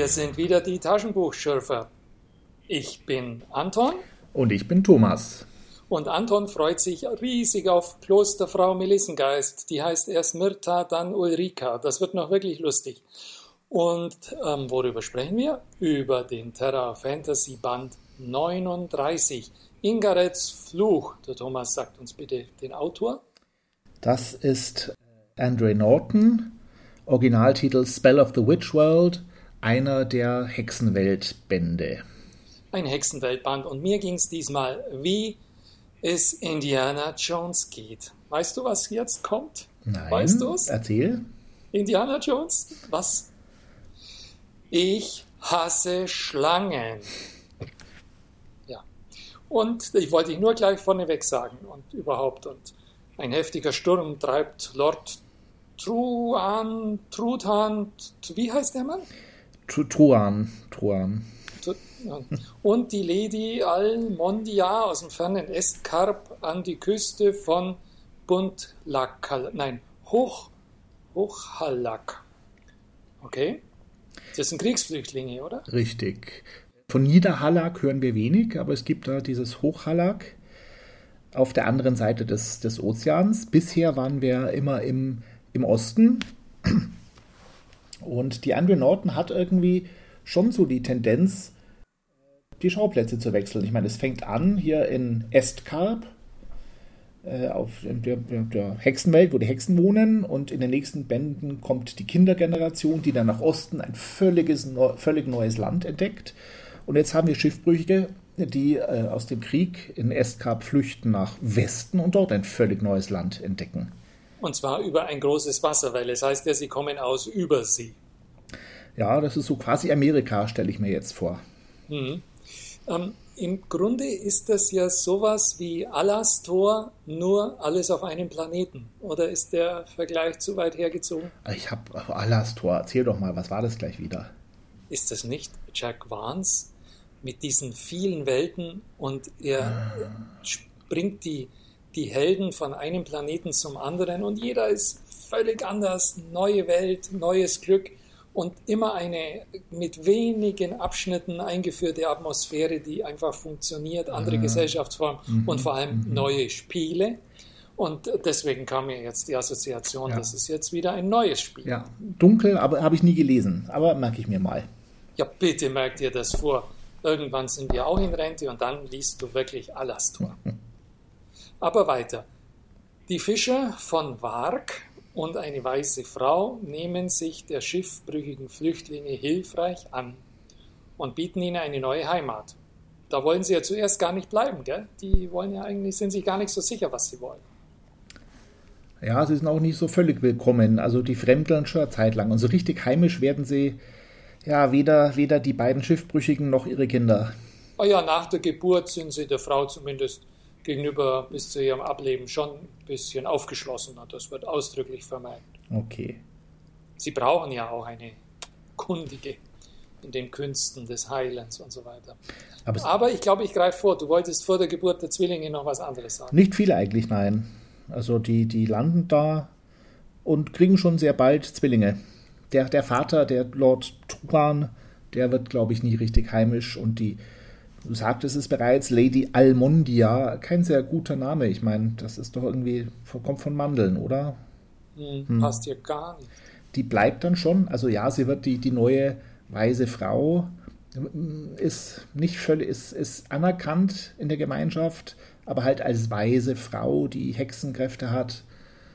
Wir sind wieder die Taschenbuchschürfer. Ich bin Anton. Und ich bin Thomas. Und Anton freut sich riesig auf Klosterfrau Melissengeist. Die heißt erst Myrtha, dann Ulrika. Das wird noch wirklich lustig. Und worüber sprechen wir? Über den Terra Fantasy Band 39. Ingareths Fluch. Der Thomas sagt uns bitte den Autor. Das ist Andre Norton, Originaltitel Spell of the Witch World, einer der Hexenweltbände. Ein Hexenweltband. Und mir ging es diesmal, wie es Indiana Jones geht. Weißt du, was jetzt kommt? Nein, weißt du es? Erzähl. Indiana Jones? Was? Ich hasse Schlangen. Ja. Und ich wollte ich nur gleich vorneweg sagen und überhaupt. Und ein heftiger Sturm treibt Lord Truhan, wie heißt der Mann? Truhan. Und die Lady Almondia aus dem fernen Estkarp an die Küste von Hochhallak. Okay? Das sind Kriegsflüchtlinge, oder? Richtig. Von Niederhallak hören wir wenig, aber es gibt da dieses Hochhallak auf der anderen Seite des Ozeans. Bisher waren wir immer im Osten. Und die Andre Norton hat irgendwie schon so die Tendenz, die Schauplätze zu wechseln. Ich meine, es fängt an hier in Estkarp, auf der Hexenwelt, wo die Hexen wohnen, und in den nächsten Bänden kommt die Kindergeneration, die dann nach Osten ein völlig neues Land entdeckt. Und jetzt haben wir Schiffbrüchige, die aus dem Krieg in Estkarp flüchten nach Westen und dort ein völlig neues Land entdecken. Und zwar über ein großes Wasser, weil es heißt ja, sie kommen aus Übersee. Ja, das ist so quasi Amerika, stelle ich mir jetzt vor. Mhm. Im Grunde ist das ja sowas wie Alastor, nur alles auf einem Planeten. Oder ist der Vergleich zu weit hergezogen? Ich habe Alastor, erzähl doch mal, was war das gleich wieder? Ist das nicht Jack Vance mit diesen vielen Welten und er bringt die Helden von einem Planeten zum anderen und jeder ist völlig anders, neue Welt, neues Glück und immer eine mit wenigen Abschnitten eingeführte Atmosphäre, die einfach funktioniert, andere Gesellschaftsformen und vor allem neue Spiele. Und deswegen kam mir jetzt die Assoziation, das ist jetzt wieder ein neues Spiel. Ja, dunkel, aber habe ich nie gelesen, aber merke ich mir mal. Ja, bitte merk dir das vor. Irgendwann sind wir auch in Rente und dann liest du wirklich Alastor. Aber weiter. Die Fischer von Vark und eine weiße Frau nehmen sich der schiffbrüchigen Flüchtlinge hilfreich an und bieten ihnen eine neue Heimat. Da wollen sie ja zuerst gar nicht bleiben, gell? Die wollen ja eigentlich, sind sich gar nicht so sicher, was sie wollen. Ja, sie sind auch nicht so völlig willkommen. Also die fremdeln schon eine Zeit lang. Und so richtig heimisch werden sie ja weder die beiden Schiffbrüchigen noch ihre Kinder. Ah ja, nach der Geburt sind sie der Frau zumindest gegenüber bis zu ihrem Ableben schon ein bisschen aufgeschlossener. Das wird ausdrücklich vermerkt. Okay. Sie brauchen ja auch eine Kundige in den Künsten des Heilens und so weiter. Aber ich glaube, ich greife vor. Du wolltest vor der Geburt der Zwillinge noch was anderes sagen. Nicht viele eigentlich, nein. Also die landen da und kriegen schon sehr bald Zwillinge. Der Vater, der Lord Truhan, der wird, glaube ich, nie richtig heimisch. Und du sagtest es bereits, Lady Almondia, kein sehr guter Name. Ich meine, das ist doch irgendwie, kommt von Mandeln, oder? Passt hier gar nicht. Die bleibt dann schon, also ja, sie wird die neue weise Frau, ist nicht völlig, ist anerkannt in der Gemeinschaft, aber halt als weise Frau, die Hexenkräfte hat,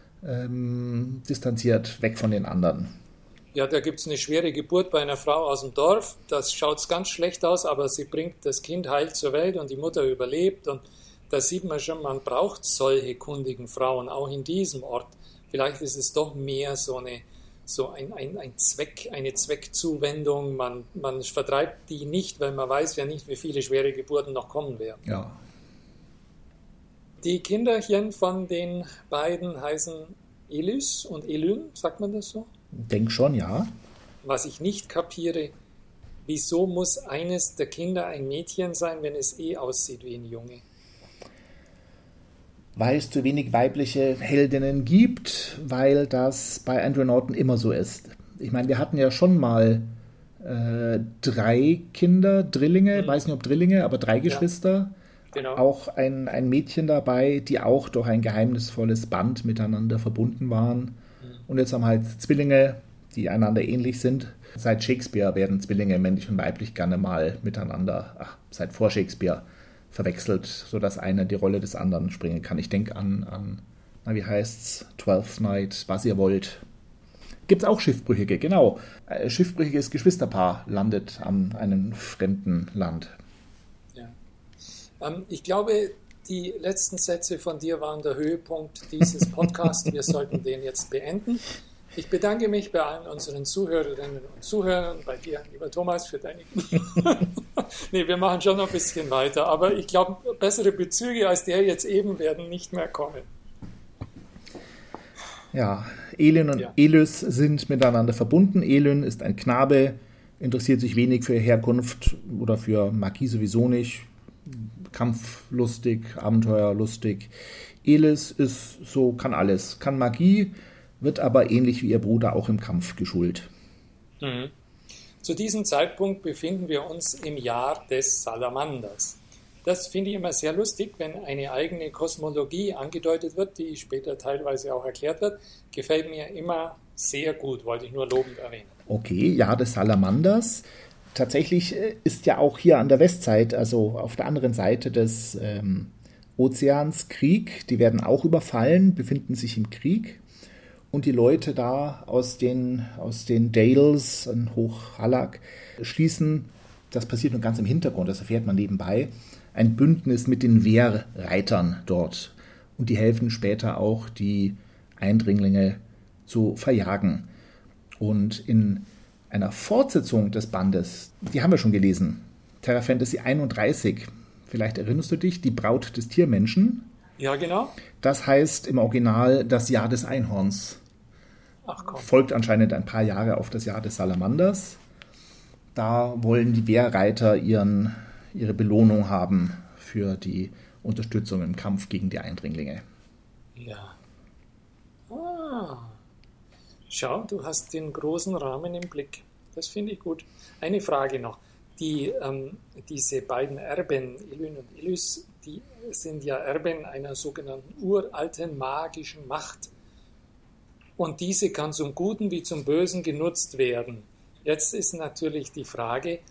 distanziert, weg von den anderen. Ja, da gibt es eine schwere Geburt bei einer Frau aus dem Dorf. Das schaut ganz schlecht aus, aber sie bringt das Kind heil zur Welt und die Mutter überlebt. Und da sieht man schon, man braucht solche kundigen Frauen, auch in diesem Ort. Vielleicht ist es doch mehr ein Zweck, eine Zweckzuwendung. Man vertreibt die nicht, weil man weiß ja nicht, wie viele schwere Geburten noch kommen werden. Ja. Die Kinderchen von den beiden heißen Elys und Elyn, sagt man das so? Denk schon, ja. Was ich nicht kapiere, wieso muss eines der Kinder ein Mädchen sein, wenn es aussieht wie ein Junge? Weil es zu wenig weibliche Heldinnen gibt, weil das bei Andre Norton immer so ist. Ich meine, wir hatten ja schon mal 3 Kinder, Drillinge, weiß nicht ob Drillinge, aber 3 Geschwister. Genau. Auch ein Mädchen dabei, die auch durch ein geheimnisvolles Band miteinander verbunden waren. Und jetzt haben wir halt Zwillinge, die einander ähnlich sind. Seit Shakespeare werden Zwillinge männlich und weiblich gerne mal miteinander, seit vor Shakespeare, verwechselt, sodass einer die Rolle des anderen springen kann. Ich denke an wie heißt's, Twelfth Night, was ihr wollt. Gibt es auch Schiffbrüchige, genau. Schiffbrüchiges Geschwisterpaar landet an einem fremden Land. Ich glaube, die letzten Sätze von dir waren der Höhepunkt dieses Podcasts. Wir sollten den jetzt beenden. Ich bedanke mich bei allen unseren Zuhörerinnen und Zuhörern, bei dir, lieber Thomas, für deine... Nee, wir machen schon noch ein bisschen weiter, aber ich glaube, bessere Bezüge als der jetzt eben werden nicht mehr kommen. Ja, Elyn und Elys sind miteinander verbunden. Elyn ist ein Knabe, interessiert sich wenig für Herkunft oder für Magie sowieso nicht. Kampflustig, abenteuerlustig. Elys ist so, kann alles, kann Magie, wird aber ähnlich wie ihr Bruder auch im Kampf geschult. Mhm. Zu diesem Zeitpunkt befinden wir uns im Jahr des Salamanders. Das finde ich immer sehr lustig, wenn eine eigene Kosmologie angedeutet wird, die später teilweise auch erklärt wird. Gefällt mir immer sehr gut, wollte ich nur lobend erwähnen. Okay, Jahr des Salamanders. Tatsächlich ist ja auch hier an der Westseite, also auf der anderen Seite des Ozeans, Krieg. Die werden auch überfallen, befinden sich im Krieg. Und die Leute da aus den Dales in Hochhalak schließen, das passiert nur ganz im Hintergrund, das erfährt man nebenbei, ein Bündnis mit den Wehrreitern dort. Und die helfen später auch, die Eindringlinge zu verjagen. Und in einer Fortsetzung des Bandes, die haben wir schon gelesen, Terra Fantasy 31, vielleicht erinnerst du dich, die Braut des Tiermenschen. Ja, genau. Das heißt im Original das Jahr des Einhorns. Ach komm. Folgt anscheinend ein paar Jahre auf das Jahr des Salamanders. Da wollen die Wehrreiter ihre Belohnung haben für die Unterstützung im Kampf gegen die Eindringlinge. Ja. Schau, du hast den großen Rahmen im Blick. Das finde ich gut. Eine Frage noch. Diese beiden Erben, Elyn und Elys, die sind ja Erben einer sogenannten uralten magischen Macht. Und diese kann zum Guten wie zum Bösen genutzt werden. Jetzt ist natürlich die Frage,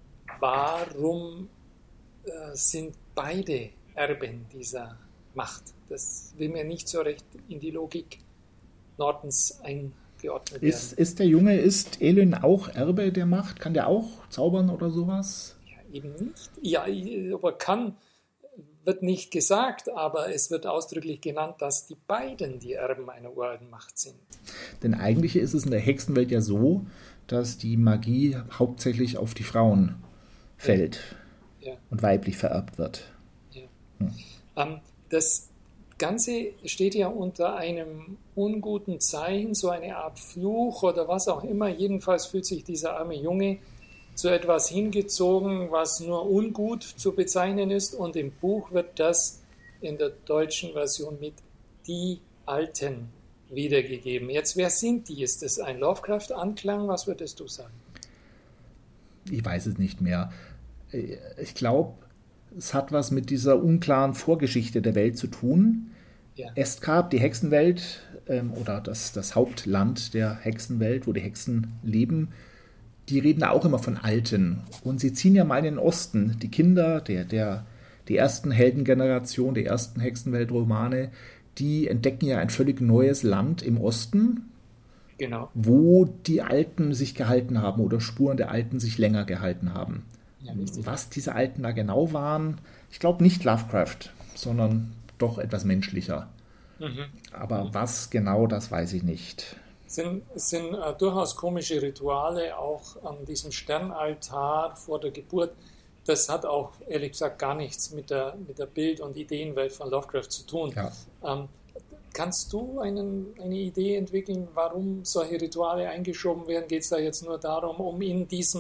warum sind beide Erben dieser Macht? Das will mir nicht so recht in die Logik Nortons eingeordnet werden. Ist der Junge, ist Elyn auch Erbe der Macht? Kann der auch zaubern oder sowas? Ja, eben nicht. Ja, aber kann, wird nicht gesagt, aber es wird ausdrücklich genannt, dass die beiden die Erben einer uralten Macht sind. Denn eigentlich ist es in der Hexenwelt ja so, dass die Magie hauptsächlich auf die Frauen fällt und weiblich vererbt wird. Ja. Das Ganze steht ja unter einem unguten Zeichen, so eine Art Fluch oder was auch immer. Jedenfalls fühlt sich dieser arme Junge zu etwas hingezogen, was nur ungut zu bezeichnen ist. Und im Buch wird das in der deutschen Version mit die Alten wiedergegeben. Jetzt, wer sind die? Ist das ein Lovecraft-Anklang? Was würdest du sagen? Ich weiß es nicht mehr. Ich glaube, es hat was mit dieser unklaren Vorgeschichte der Welt zu tun. Ja. Estkap, die Hexenwelt, oder das Hauptland der Hexenwelt, wo die Hexen leben, die reden da auch immer von Alten. Und sie ziehen ja mal in den Osten. Die Kinder die ersten Heldengeneration, der ersten Hexenweltromane, die entdecken ja ein völlig neues Land im Osten, genau, wo die Alten sich gehalten haben oder Spuren der Alten sich länger gehalten haben. Ja, was diese Alten da genau waren, ich glaube nicht Lovecraft, sondern doch etwas menschlicher. Aber was genau, das weiß ich nicht. Sind durchaus komische Rituale, auch an diesem Sternaltar vor der Geburt. Das hat auch, ehrlich gesagt, gar nichts mit der Bild- und Ideenwelt von Lovecraft zu tun. Ja. Kannst du eine Idee entwickeln, warum solche Rituale eingeschoben werden? Geht es da jetzt nur darum, um in diesem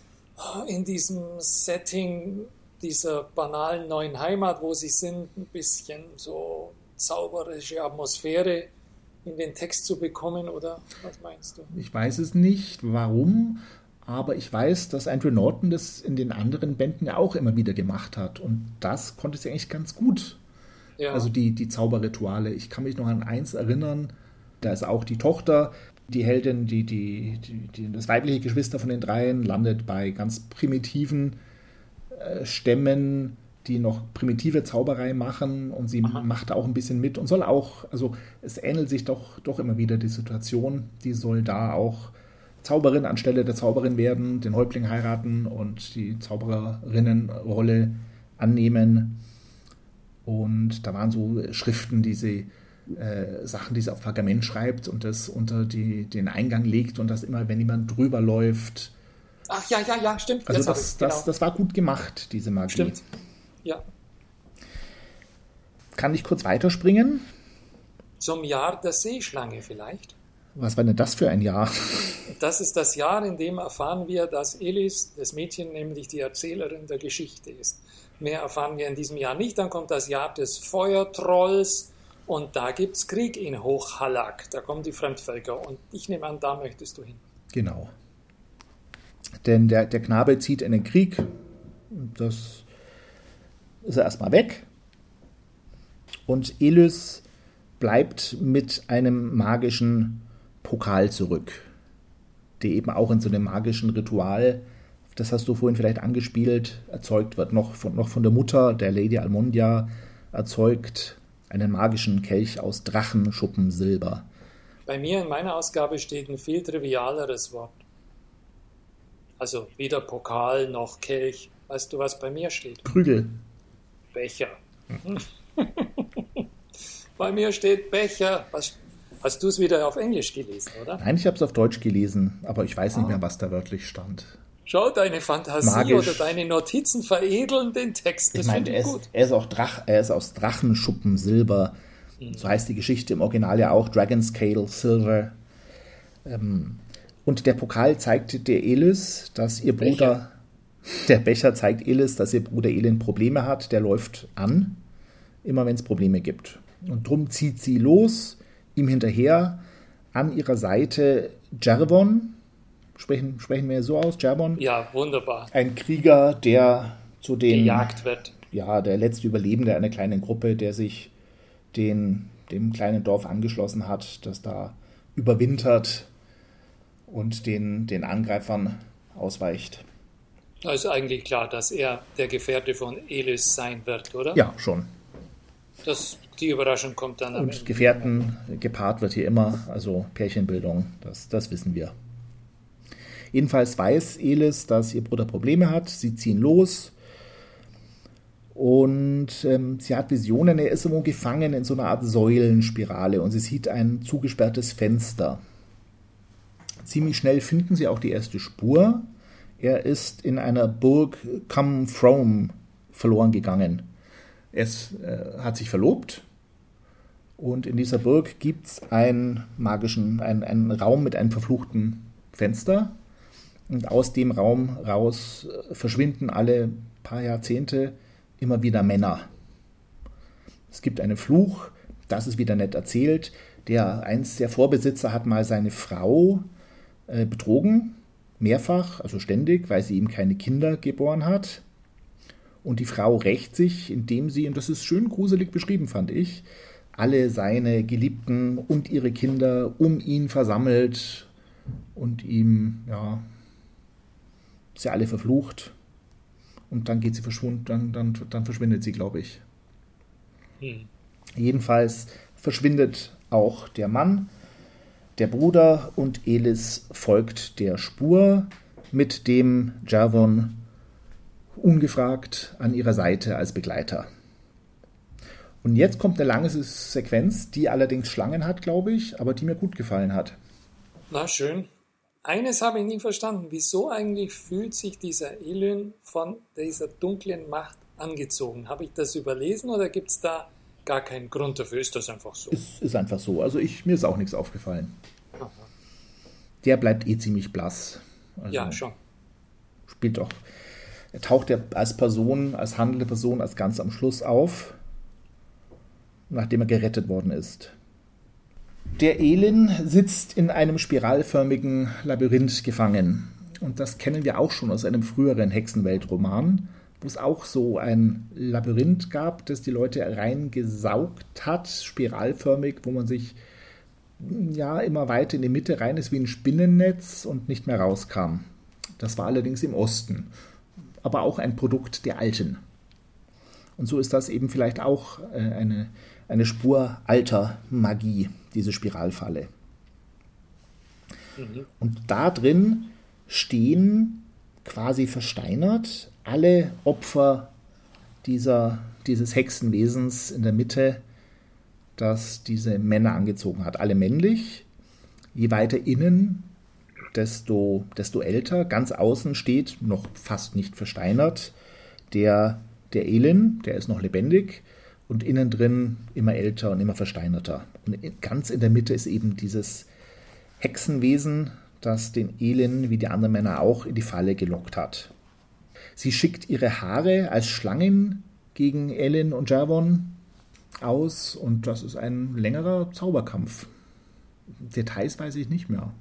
Setting dieser banalen neuen Heimat, wo sie sind, ein bisschen so zauberische Atmosphäre in den Text zu bekommen, oder was meinst du? Ich weiß es nicht, warum, Aber ich weiß, dass Andrew Norton das in den anderen Bänden ja auch immer wieder gemacht hat. Und das konnte sie eigentlich ganz gut. Ja. Also die Zauberrituale. Ich kann mich noch an eins erinnern, da ist auch die Tochter, die Heldin, das weibliche Geschwister von den dreien, landet bei ganz primitiven Stämmen, die noch primitive Zauberei machen, und sie macht auch ein bisschen mit und soll auch, also es ähnelt sich doch immer wieder die Situation, die soll da auch Zauberin anstelle der Zauberin werden, den Häuptling heiraten und die Zauberinnenrolle annehmen. Und da waren so Schriften, Sachen, die sie auf Pergament schreibt und das unter den Eingang legt und das immer, wenn jemand drüber läuft. Ach ja, stimmt. Also das war gut gemacht, diese Magie. Stimmt, ja. Kann ich kurz weiterspringen? Zum Jahr der Seeschlange vielleicht. Was war denn das für ein Jahr? Das ist das Jahr, in dem erfahren wir, dass Elis, das Mädchen, nämlich die Erzählerin der Geschichte ist. Mehr erfahren wir in diesem Jahr nicht. Dann kommt das Jahr des Feuertrolls und da gibt es Krieg in Hochhalak. Da kommen die Fremdvölker und ich nehme an, da möchtest du hin. Genau. Denn der Knabe zieht in den Krieg. Das ist er erstmal weg. Und Elys bleibt mit einem magischen Pokal zurück, der eben auch in so einem magischen Ritual, das hast du vorhin vielleicht angespielt, erzeugt wird, noch von der Mutter, der Lady Almondia, erzeugt einen magischen Kelch aus Drachenschuppensilber. Bei mir in meiner Ausgabe steht ein viel trivialeres Wort. Also weder Pokal noch Kelch. Weißt du, was bei mir steht? Krügel. Becher. Bei mir steht Becher. Hast du es wieder auf Englisch gelesen, oder? Nein, ich habe es auf Deutsch gelesen, aber ich weiß nicht mehr, was da wörtlich stand. Schau, deine Fantasie Magisch. oder deine Notizen veredeln den Text. Das finde ich gut. Er ist aus Drachenschuppensilber. So heißt die Geschichte im Original ja auch, Dragon Scale Silver. Und der Pokal zeigt der Elys, dass ihr Bruder, der Becher zeigt Elys, dass ihr Bruder Elend Probleme hat. Der läuft an, immer wenn es Probleme gibt. Und drum zieht sie los, ihm hinterher, an ihrer Seite Jervon. Sprechen wir so aus, Jervon? Ja, wunderbar. Ein Krieger, der zu den... Gejagt wird. Ja, der letzte Überlebende einer kleinen Gruppe, der sich dem kleinen Dorf angeschlossen hat, das da überwintert und den Angreifern ausweicht. Da ist eigentlich klar, dass er der Gefährte von Elys sein wird, oder? Ja, schon. Die Überraschung kommt dann am Ende. Und Gefährten gepaart wird hier immer, also Pärchenbildung, das wissen wir. Jedenfalls weiß Elys, dass ihr Bruder Probleme hat. Sie ziehen los und sie hat Visionen. Er ist irgendwo gefangen in so einer Art Säulenspirale und sie sieht ein zugesperrtes Fenster. Ziemlich schnell finden sie auch die erste Spur. Er ist in einer Burg Cumfrome verloren gegangen. Er hat sich verlobt und in dieser Burg gibt es einen Raum mit einem verfluchten Fenster. Und aus dem Raum raus verschwinden alle paar Jahrzehnte immer wieder Männer. Es gibt einen Fluch, das ist wieder nett erzählt. Der Vorbesitzer hat mal seine Frau betrogen, mehrfach, also ständig, weil sie ihm keine Kinder geboren hat. Und die Frau rächt sich, indem sie, und das ist schön gruselig beschrieben, fand ich, alle seine Geliebten und ihre Kinder um ihn versammelt und ihm, ja, sie alle verflucht. Und dann geht sie dann verschwindet sie, glaube ich. Jedenfalls verschwindet auch der Mann, der Bruder, und Elys folgt der Spur mit dem Jervon ungefragt an ihrer Seite als Begleiter. Und jetzt kommt eine lange Sequenz, die allerdings Schlangen hat, glaube ich, aber die mir gut gefallen hat. Na schön. Eines habe ich nie verstanden. Wieso eigentlich fühlt sich dieser Elyn von dieser dunklen Macht angezogen? Habe ich das überlesen oder gibt es da gar keinen Grund dafür? Ist das einfach so? Es ist einfach so. Also mir ist auch nichts aufgefallen. Aha. Der bleibt ziemlich blass. Also ja, schon. Er taucht ja als handelnde Person, als ganz am Schluss auf, nachdem er gerettet worden ist. Der Elyn sitzt in einem spiralförmigen Labyrinth gefangen. und das kennen wir auch schon aus einem früheren Hexenweltroman, wo es auch so ein Labyrinth gab, das die Leute reingesaugt hat, spiralförmig, wo man sich ja immer weiter in die Mitte rein ist wie ein Spinnennetz und nicht mehr rauskam. Das war allerdings im Osten, aber auch ein Produkt der Alten. Und so ist das eben vielleicht auch eine Spur alter Magie, diese Spiralfalle. Und da drin stehen quasi versteinert alle Opfer dieses Hexenwesens in der Mitte, das diese Männer angezogen hat. Alle männlich. Je weiter innen, desto älter. Ganz außen steht, noch fast nicht versteinert, der Elin, der ist noch lebendig. Und innen drin immer älter und immer versteinerter. Und ganz in der Mitte ist eben dieses Hexenwesen, das den Elin, wie die anderen Männer auch, in die Falle gelockt hat. Sie schickt ihre Haare als Schlangen gegen Elin und Jervon aus und das ist ein längerer Zauberkampf. Details weiß ich nicht mehr.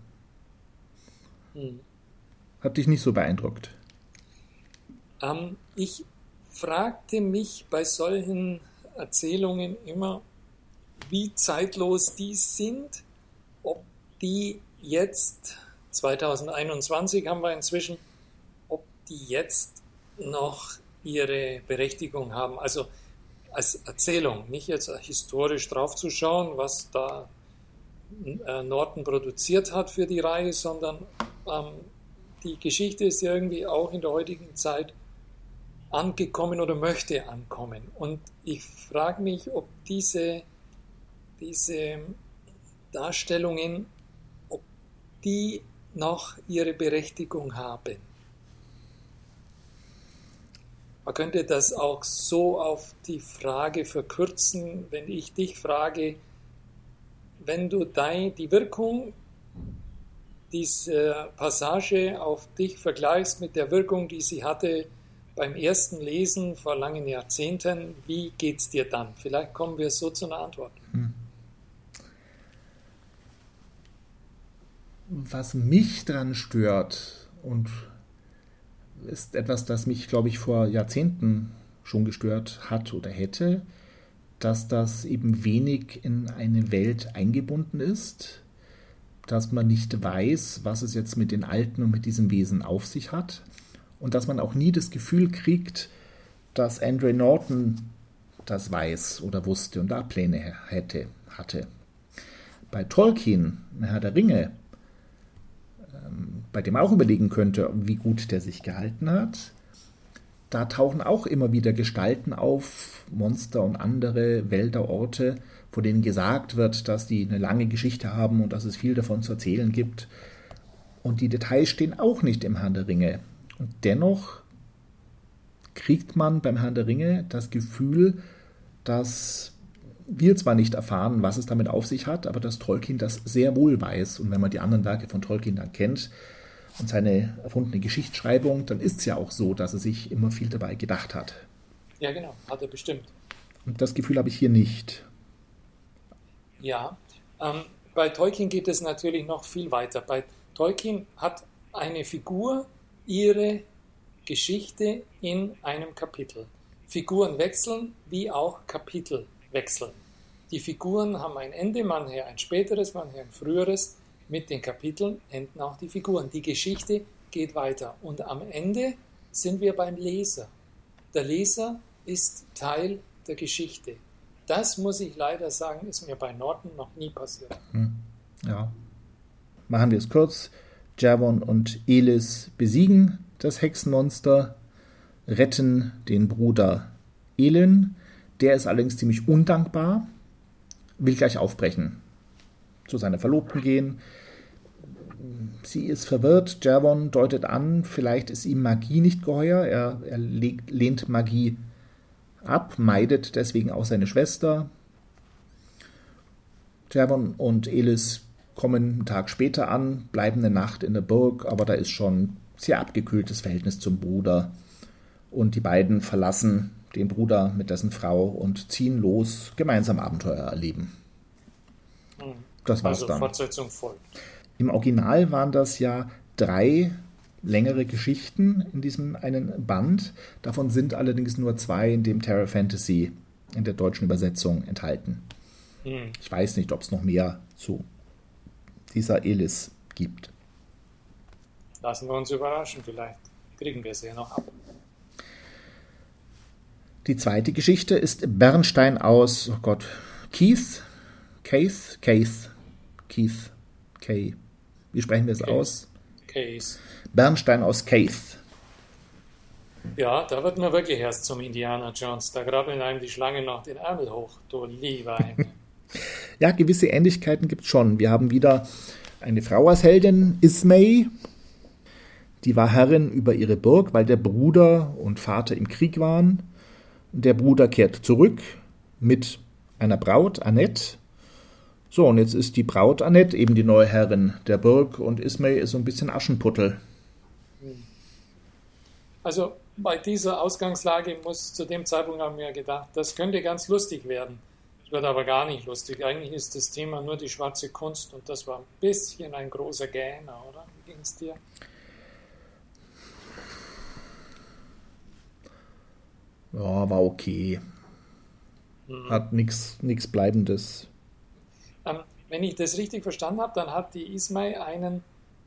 Hat dich nicht so beeindruckt? Ich fragte mich bei solchen Erzählungen immer, wie zeitlos die sind, ob die jetzt, 2021 haben wir inzwischen, ob die jetzt noch ihre Berechtigung haben. Also als Erzählung, nicht jetzt historisch draufzuschauen, was da Norton produziert hat für die Reihe, sondern die Geschichte ist ja irgendwie auch in der heutigen Zeit angekommen oder möchte ankommen. Und ich frage mich, ob diese Darstellungen, ob die noch ihre Berechtigung haben. Man könnte das auch so auf die Frage verkürzen, wenn ich dich frage, wenn du die Wirkung dieser Passage auf dich vergleichst mit der Wirkung, die sie hatte beim ersten Lesen vor langen Jahrzehnten, wie geht es dir dann? Vielleicht kommen wir so zu einer Antwort. Was mich daran stört und ist etwas, das mich, glaube ich, vor Jahrzehnten schon gestört hat oder hätte, dass das eben wenig in eine Welt eingebunden ist, dass man nicht weiß, was es jetzt mit den Alten und mit diesem Wesen auf sich hat und dass man auch nie das Gefühl kriegt, dass Andre Norton das weiß oder wusste und da Pläne hatte. Bei Tolkien, Herr der Ringe, bei dem man auch überlegen könnte, wie gut der sich gehalten hat, da tauchen auch immer wieder Gestalten auf, Monster und andere Wälder, Orte, von denen gesagt wird, dass die eine lange Geschichte haben und dass es viel davon zu erzählen gibt. Und die Details stehen auch nicht im Herrn der Ringe. Und dennoch kriegt man beim Herrn der Ringe das Gefühl, dass wir zwar nicht erfahren, was es damit auf sich hat, aber dass Tolkien das sehr wohl weiß. Und wenn man die anderen Werke von Tolkien dann kennt und seine erfundene Geschichtsschreibung, dann ist es ja auch so, dass er sich immer viel dabei gedacht hat. Ja, genau, hat er bestimmt. Und das Gefühl habe ich hier nicht. Ja, bei Tolkien geht es natürlich noch viel weiter. Bei Tolkien hat eine Figur ihre Geschichte in einem Kapitel. Figuren wechseln, wie auch Kapitel wechseln. Die Figuren haben ein Ende, manche ein späteres, manche ein früheres. Mit den Kapiteln enden auch die Figuren. Die Geschichte geht weiter. Und am Ende sind wir beim Leser. Der Leser ist Teil der Geschichte. Das, muss ich leider sagen, ist mir bei Norton noch nie passiert. Ja. Machen wir es kurz. Jervon und Elis besiegen das Hexenmonster, retten den Bruder Elin. Der ist allerdings ziemlich undankbar, will gleich aufbrechen, zu seiner Verlobten gehen. Sie ist verwirrt. Jervon deutet an, vielleicht ist ihm Magie nicht geheuer. Er lehnt Magie ab, meidet deswegen auch seine Schwester. Jervon und Elis kommen einen Tag später an, bleiben eine Nacht in der Burg, aber da ist schon sehr abgekühltes Verhältnis zum Bruder. Und die beiden verlassen den Bruder mit dessen Frau und ziehen los, gemeinsam Abenteuer erleben. Das war's also dann. Fortsetzung folgt. Im Original waren das ja 3 längere Geschichten in diesem einen Band. Davon sind allerdings nur 2 in dem Terra Fantasy in der deutschen Übersetzung enthalten. Ich weiß nicht, ob es noch mehr zu dieser Elis gibt. Lassen wir uns überraschen, vielleicht kriegen wir es ja noch ab. Die zweite Geschichte ist Bernstein aus, oh Gott, Keith. Wie sprechen wir es aus? Case. Bernstein aus Keith. Ja, da wird man wirklich erst zum Indiana Jones. Da krabbeln einem die Schlangen noch den Ärmel hoch, du lieber Himmel. Ja, gewisse Ähnlichkeiten gibt es schon. Wir haben wieder eine Frau als Heldin, Ismay. Die war Herrin über ihre Burg, weil der Bruder und Vater im Krieg waren. Der Bruder kehrt zurück mit einer Braut, Annette. So, und jetzt ist die Braut Annette eben die neue Herrin der Burg und Ismay ist so ein bisschen Aschenputtel. Also bei dieser Ausgangslage muss zu dem Zeitpunkt haben wir gedacht, das könnte ganz lustig werden. Es wird aber gar nicht lustig. Eigentlich ist das Thema nur die schwarze Kunst und das war ein bisschen ein großer Gähner, oder? Wie ging es dir? Ja, war okay. Hat nichts Bleibendes. Wenn ich das richtig verstanden habe, dann hat die Ismay ein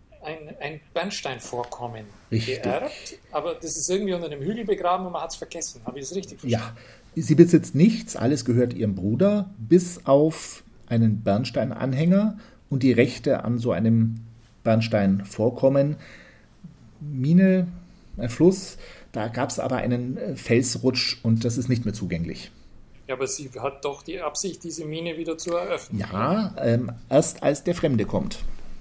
Bernsteinvorkommen geerbt, aber das ist irgendwie unter einem Hügel begraben und man hat es vergessen. Habe ich es richtig verstanden? Ja, sie besitzt nichts, alles gehört ihrem Bruder, bis auf einen Bernsteinanhänger und die Rechte an so einem Bernsteinvorkommen. Mine, ein Fluss, da gab es aber einen Felsrutsch und das ist nicht mehr zugänglich. Ja, aber sie hat doch die Absicht, diese Mine wieder zu eröffnen. Ja, erst als der Fremde kommt.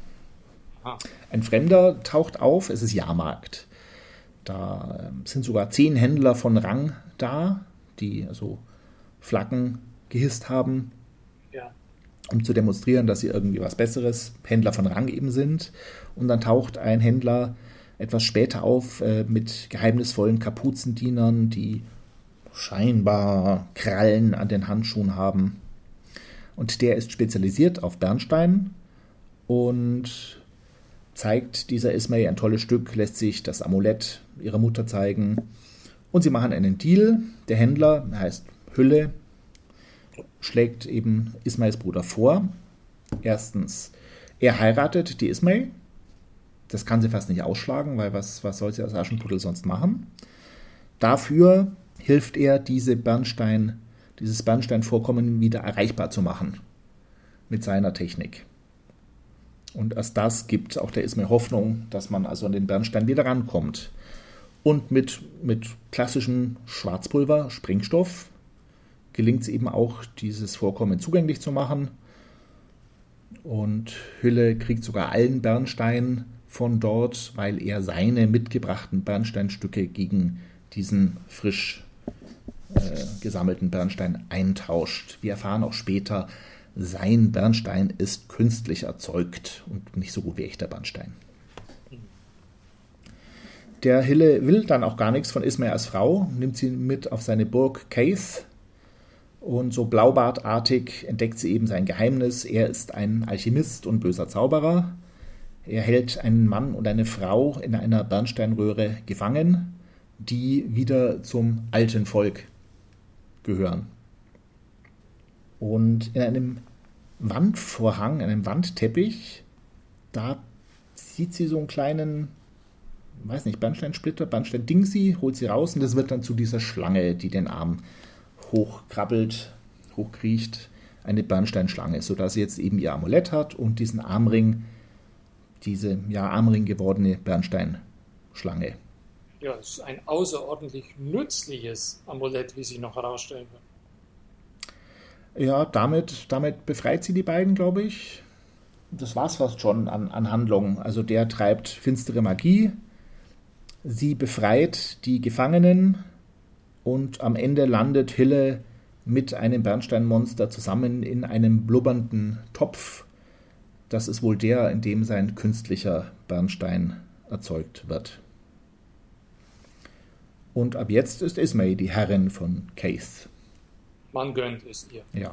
Ein Fremder taucht auf, es ist Jahrmarkt. Da sind sogar 10 Händler von Rang da, die also Flaggen gehisst haben, um zu demonstrieren, dass sie irgendwie was Besseres, Händler von Rang eben sind. Und dann taucht ein Händler etwas später auf mit geheimnisvollen Kapuzendienern, die scheinbar Krallen an den Handschuhen haben. Und der ist spezialisiert auf Bernstein und zeigt dieser Ismay ein tolles Stück, lässt sich das Amulett ihrer Mutter zeigen. Und sie machen einen Deal. Der Händler, er heißt Hülle, schlägt eben Ismays Bruder vor. Erstens, er heiratet die Ismay. Das kann sie fast nicht ausschlagen, weil was soll sie als Aschenputtel sonst machen? Dafür hilft er, dieses Bernsteinvorkommen wieder erreichbar zu machen mit seiner Technik. Und erst das gibt auch der Ismay Hoffnung, dass man also an den Bernstein wieder rankommt. Und mit klassischem Schwarzpulver, Sprengstoff, gelingt es eben auch, dieses Vorkommen zugänglich zu machen. Und Hülle kriegt sogar allen Bernstein von dort, weil er seine mitgebrachten Bernsteinstücke gegen diesen frisch gesammelten Bernstein eintauscht. Wir erfahren auch später, sein Bernstein ist künstlich erzeugt und nicht so gut wie echter Bernstein. Der Hille will dann auch gar nichts von Ismay als Frau, nimmt sie mit auf seine Burg Keith und so blaubartartig entdeckt sie eben sein Geheimnis. Er ist ein Alchemist und böser Zauberer. Er hält einen Mann und eine Frau in einer Bernsteinröhre gefangen, die wieder zum alten Volk gehören. Und in einem Wandvorhang, einem Wandteppich, da sieht sie so einen kleinen, weiß nicht, Bernsteinsplitter, Bernstein-Dingsi, holt sie raus und das wird dann zu dieser Schlange, die den Arm hochkrabbelt, hochkriecht, eine Bernsteinschlange, sodass sie jetzt eben ihr Amulett hat und diesen Armring, diese Armring gewordene Bernsteinschlange. Ja, es ist ein außerordentlich nützliches Amulett, wie sich noch herausstellen wird. Ja, damit befreit sie die beiden, glaube ich. Das war's fast schon an Handlungen. Also der treibt finstere Magie, sie befreit die Gefangenen und am Ende landet Hille mit einem Bernsteinmonster zusammen in einem blubbernden Topf. Das ist wohl der, in dem sein künstlicher Bernstein erzeugt wird. Und ab jetzt ist Ismay die Herrin von Keith. Man gönnt es ihr. Ja.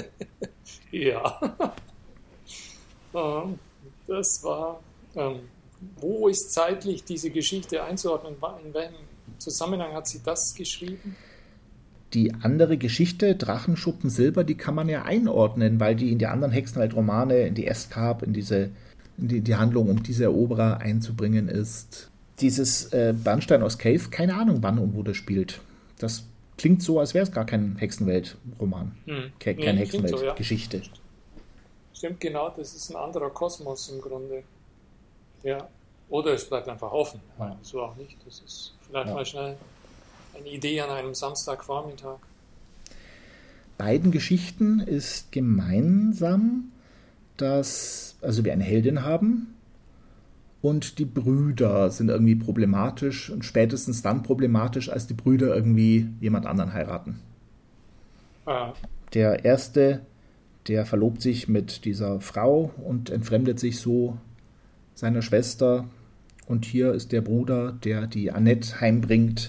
Ja. Das war wo ist zeitlich diese Geschichte einzuordnen? In welchem Zusammenhang hat sie das geschrieben? Die andere Geschichte, Drachenschuppen Silber, die kann man ja einordnen, weil die in die anderen Hexenwelt-Romane, in die Escarp, in die Handlung, um diese Eroberer einzubringen ist. Dieses Bernstein aus Cave, keine Ahnung, wann und wo das spielt. Das klingt so, als wäre es gar kein Hexenwelt-Roman. Keine Hexenwelt-Geschichte. So, ja. Stimmt, genau, das ist ein anderer Kosmos im Grunde. Ja. Oder es bleibt einfach offen. Ja. So auch nicht. Das ist vielleicht mal schnell eine Idee an einem Samstagvormittag. Beiden Geschichten ist gemeinsam, dass wir eine Heldin haben und die Brüder sind irgendwie problematisch und spätestens dann problematisch, als die Brüder irgendwie jemand anderen heiraten. Ah. Der erste, der verlobt sich mit dieser Frau und entfremdet sich so seiner Schwester. Und hier ist der Bruder, der die Annette heimbringt,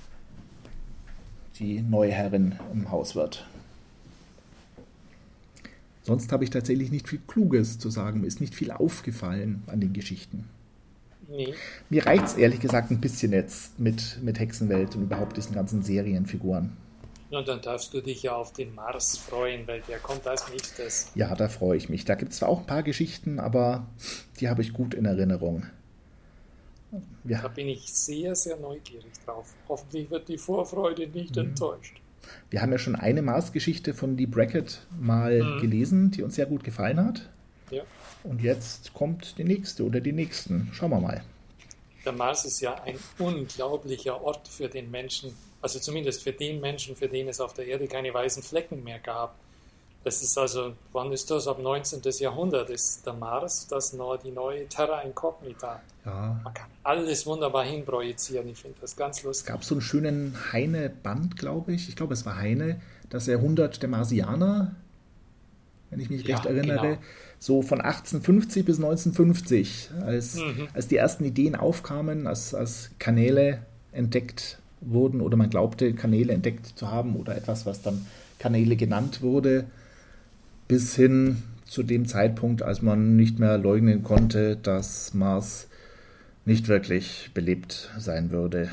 die neue Herrin im Haus wird. Sonst habe ich tatsächlich nicht viel Kluges zu sagen. Mir ist nicht viel aufgefallen an den Geschichten. Nee. Mir reicht es ehrlich gesagt ein bisschen jetzt mit Hexenwelt und überhaupt diesen ganzen Serienfiguren. Und dann darfst du dich ja auf den Mars freuen, weil der kommt als nächstes. Ja, da freue ich mich. Da gibt es zwar auch ein paar Geschichten, aber die habe ich gut in Erinnerung. Ja. Da bin ich sehr, sehr neugierig drauf. Hoffentlich wird die Vorfreude nicht enttäuscht. Wir haben ja schon eine Mars-Geschichte von Lee Brackett mal gelesen, die uns sehr gut gefallen hat. Ja. Und jetzt kommt die nächste oder die nächsten. Schauen wir mal. Der Mars ist ja ein unglaublicher Ort für den Menschen, also zumindest für den Menschen, für den es auf der Erde keine weißen Flecken mehr gab. Das ist also, wann ist das? Ab 19. Jahrhundert ist der Mars die neue Terra Incognita. Ja. Man kann alles wunderbar hinprojizieren. Ich finde das ganz lustig. Es gab so einen schönen Heine-Band, glaube ich. Ich glaube, es war Heine. Das Jahrhundert der Marsianer, wenn ich mich recht erinnere. Genau. So von 1850 bis 1950, als die ersten Ideen aufkamen, als Kanäle entdeckt wurden oder man glaubte, Kanäle entdeckt zu haben oder etwas, was dann Kanäle genannt wurde, bis hin zu dem Zeitpunkt, als man nicht mehr leugnen konnte, dass Mars nicht wirklich belebt sein würde.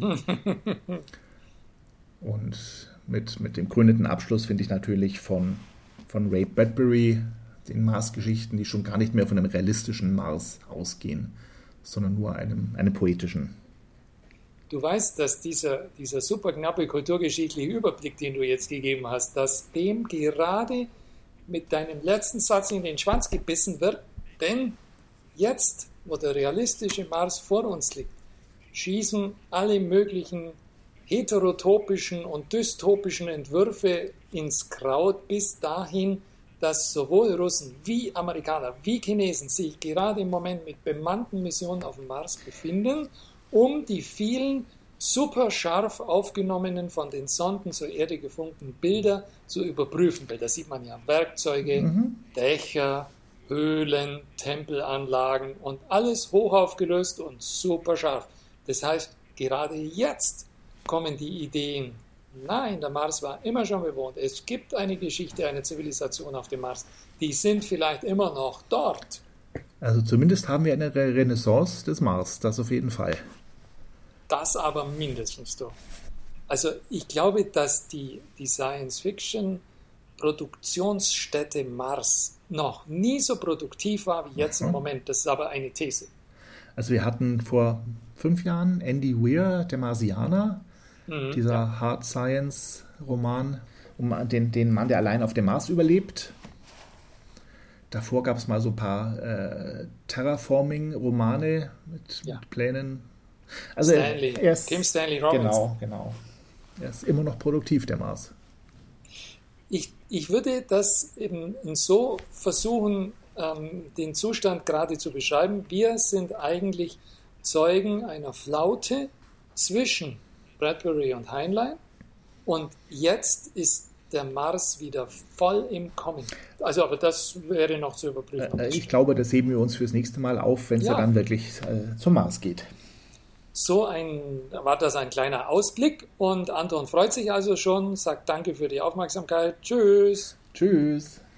Und mit dem krönenden Abschluss finde ich natürlich von Ray Bradbury den Mars-Geschichten, die schon gar nicht mehr von einem realistischen Mars ausgehen, sondern nur einem poetischen. Du weißt, dass dieser super knappe kulturgeschichtliche Überblick, den du jetzt gegeben hast, dass dem gerade mit deinem letzten Satz in den Schwanz gebissen wird, denn jetzt, wo der realistische Mars vor uns liegt, schießen alle möglichen heterotopischen und dystopischen Entwürfe ins Kraut bis dahin, dass sowohl Russen wie Amerikaner wie Chinesen sich gerade im Moment mit bemannten Missionen auf dem Mars befinden, um die vielen super scharf aufgenommenen, von den Sonden zur Erde gefunkten Bilder zu überprüfen. Weil da sieht man ja Werkzeuge, Dächer, Höhlen, Tempelanlagen und alles hochaufgelöst und super scharf. Das heißt, gerade jetzt kommen die Ideen, nein, der Mars war immer schon bewohnt. Es gibt eine Geschichte, eine Zivilisation auf dem Mars. Die sind vielleicht immer noch dort. Also zumindest haben wir eine Renaissance des Mars, das auf jeden Fall. Das aber mindestens doch. Also ich glaube, dass die Science-Fiction-Produktionsstätte Mars noch nie so produktiv war wie jetzt im Moment. Das ist aber eine These. Also wir hatten vor 5 Jahren Andy Weir, der Marsianer, dieser Hard Science-Roman, um den Mann, der allein auf dem Mars überlebt. Davor gab es mal so ein paar Terraforming-Romane mit Plänen. Also Kim Stanley Robinson. Genau. Er ist immer noch produktiv, der Mars. Ich würde das eben so versuchen, den Zustand gerade zu beschreiben. Wir sind eigentlich Zeugen einer Flaute zwischen Bradbury und Heinlein und jetzt ist der Mars wieder voll im Kommen. Also, aber das wäre noch zu überprüfen. Ich glaube, das heben wir uns fürs nächste Mal auf, wenn es dann wirklich zum Mars geht. War das ein kleiner Ausblick und Anton freut sich also schon, sagt danke für die Aufmerksamkeit. Tschüss. Tschüss.